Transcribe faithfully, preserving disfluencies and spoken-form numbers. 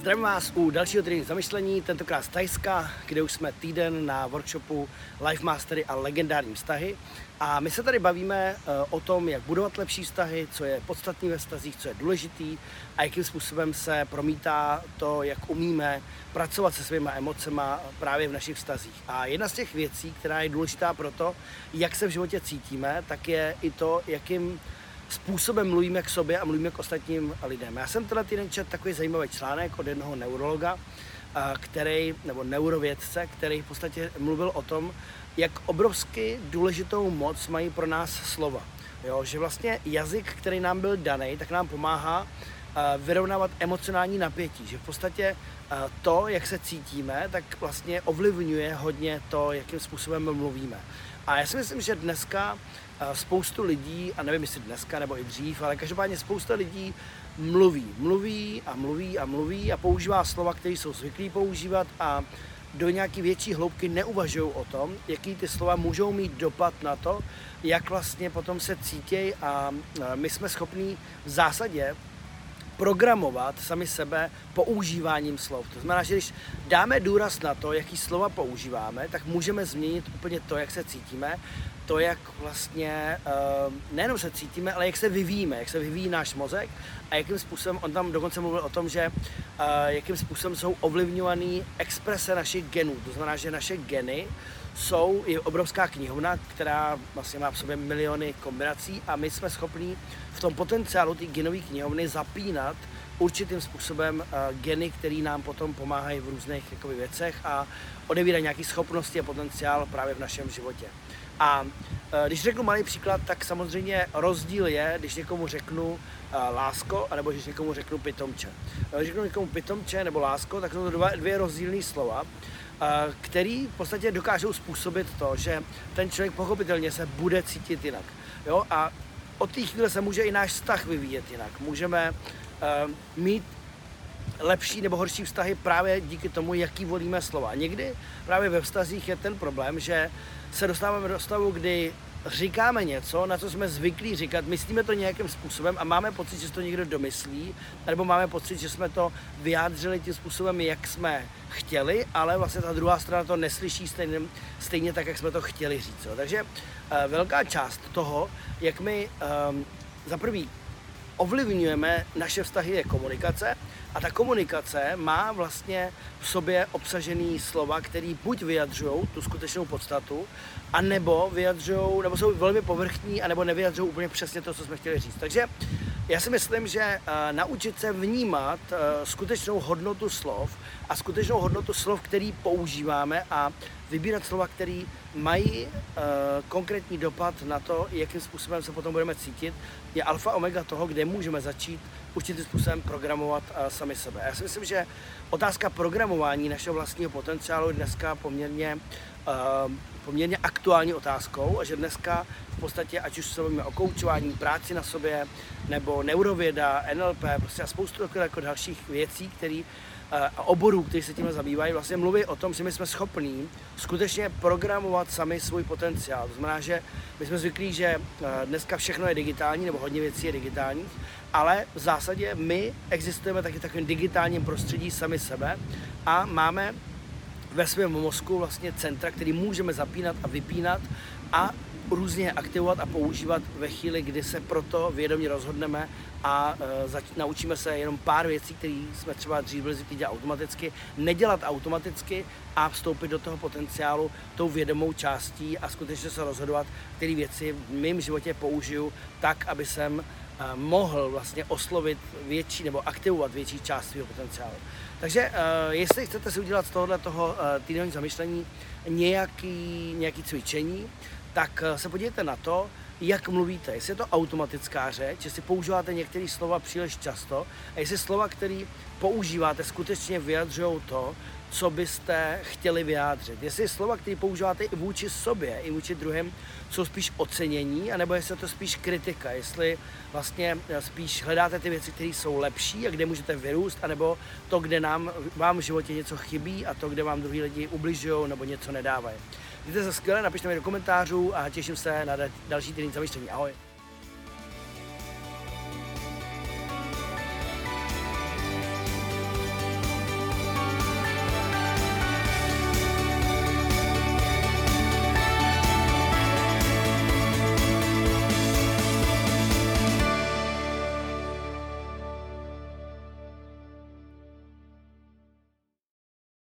Zdravím vás u dalšího týdenního zamyšlení, tentokrát z Thajska, kde už jsme týden na workshopu Life Mastery a legendární vztahy. A my se tady bavíme o tom, jak budovat lepší vztahy, co je podstatný ve vztazích, co je důležitý a jakým způsobem se promítá to, jak umíme pracovat se svýma emocema právě v našich vztazích. A jedna z těch věcí, která je důležitá pro to, jak se v životě cítíme, tak je i to, jakým způsobem mluvíme k sobě a mluvíme k ostatním lidem. Já jsem tenhle týden četl takový zajímavý článek od jednoho neurologa, který, nebo neurovědce, který v podstatě mluvil o tom, jak obrovsky důležitou moc mají pro nás slova. Jo, že vlastně jazyk, který nám byl daný, tak nám pomáhá vyrovnávat emocionální napětí. Že v podstatě to, jak se cítíme, tak vlastně ovlivňuje hodně to, jakým způsobem mluvíme. A já si myslím, že dneska spoustu lidí, a nevím jestli dneska nebo i dřív, ale každopádně spousta lidí mluví, mluví a mluví a mluví a používá slova, které jsou zvyklí používat a do nějaké větší hloubky neuvažují o tom, jaký ty slova můžou mít dopad na to, jak vlastně potom se cítějí a my jsme schopní v zásadě programovat sami sebe používáním slov. To znamená, že když dáme důraz na to, jaký slova používáme, tak můžeme změnit úplně to, jak se cítíme, to, jak vlastně nejenom se cítíme, ale jak se vyvíjíme, jak se vyvíjí náš mozek a jakým způsobem, on tam dokonce mluvil o tom, že jakým způsobem jsou ovlivňované exprese našich genů. To znamená, že naše geny jsou, je obrovská knihovna, která vlastně má v sobě miliony kombinací a my jsme schopní v tom potenciálu té genové knihovny zapínat určitým způsobem uh, geny, které nám potom pomáhají v různých jakoby, věcech a odevírají nějaké schopnosti a potenciál právě v našem životě. A uh, když řeknu malý příklad, tak samozřejmě rozdíl je, když někomu řeknu uh, lásko, anebo když někomu řeknu pitomče. Když řeknu někomu pitomče nebo lásko, tak jsou to dva, dvě rozdílné slova, který v podstatě dokážou způsobit to, že ten člověk pochopitelně se bude cítit jinak. Jo? A od té chvíle se může i náš vztah vyvíjet jinak. Můžeme uh, mít lepší nebo horší vztahy právě díky tomu, jaký volíme slova. A někdy právě ve vztazích je ten problém, že se dostáváme do stavu, kdy říkáme něco, na co jsme zvyklí říkat, myslíme to nějakým způsobem a máme pocit, že to někdo domyslí, nebo máme pocit, že jsme to vyjádřili tím způsobem, jak jsme chtěli, ale vlastně ta druhá strana to neslyší stejně, stejně tak, jak jsme to chtěli říct. Jo. Takže uh, velká část toho, jak my um, za prvý ovlivňujeme naše vztahy, je komunikace a ta komunikace má vlastně v sobě obsažený slova, které buď vyjadřují tu skutečnou podstatu, anebo vyjadřují, nebo jsou velmi povrchní, anebo nevyjadřují úplně přesně to, co jsme chtěli říct. Takže já si myslím, že uh, naučit se vnímat uh, skutečnou hodnotu slov a skutečnou hodnotu slov, který používáme a vybírat slova, které mají uh, konkrétní dopad na to, jakým způsobem se potom budeme cítit, je alfa omega toho, kde můžeme začít určitým způsobem programovat uh, sami sebe. Já si myslím, že otázka programování našeho vlastního potenciálu je dneska poměrně, uh, poměrně aktuální otázkou a že dneska v podstatě, ať už se bavíme o koučování, práci na sobě, nebo neurověda, N L P, prostě a spoustu jako dalších věcí, které a oborů, kteří se tím zabývají, vlastně mluví o tom, že my jsme schopní skutečně programovat sami svůj potenciál. To znamená, že my jsme zvyklí, že dneska všechno je digitální, nebo hodně věcí je digitálních, ale v zásadě my existujeme taky v takovém digitálním prostředí sami sebe a máme ve svém mozku vlastně centra, který můžeme zapínat a vypínat a různě aktivovat a používat ve chvíli, kdy se proto vědomě rozhodneme a e, zač- naučíme se jenom pár věcí, které jsme třeba dřív byli zvyklí dělat automaticky, nedělat automaticky a vstoupit do toho potenciálu tou vědomou částí a skutečně se rozhodovat, které věci v mém životě použiju tak, aby jsem e, mohl vlastně oslovit větší nebo aktivovat větší část svého potenciálu. Takže e, jestli chcete si udělat z tohohle toho e, týdenního zamyšlení nějaký, nějaký cvičení, tak se podívejte na to, jak mluvíte. Jestli je to automatická řeč, jestli používáte některé slova příliš často a jestli slova, které používáte, skutečně vyjadřují to, co byste chtěli vyjádřit. Jestli slova, které používáte i vůči sobě, i vůči druhým, jsou spíš ocenění, anebo jestli je to spíš kritika, jestli vlastně spíš hledáte ty věci, které jsou lepší a kde můžete vyrůst, anebo to, kde nám, vám v životě něco chybí a to, kde vám druhý lidi ubližují nebo něco nedávají. Mějte se skvěle, napište mi do komentářů a těším se na další týden zamyšlení. Ahoj.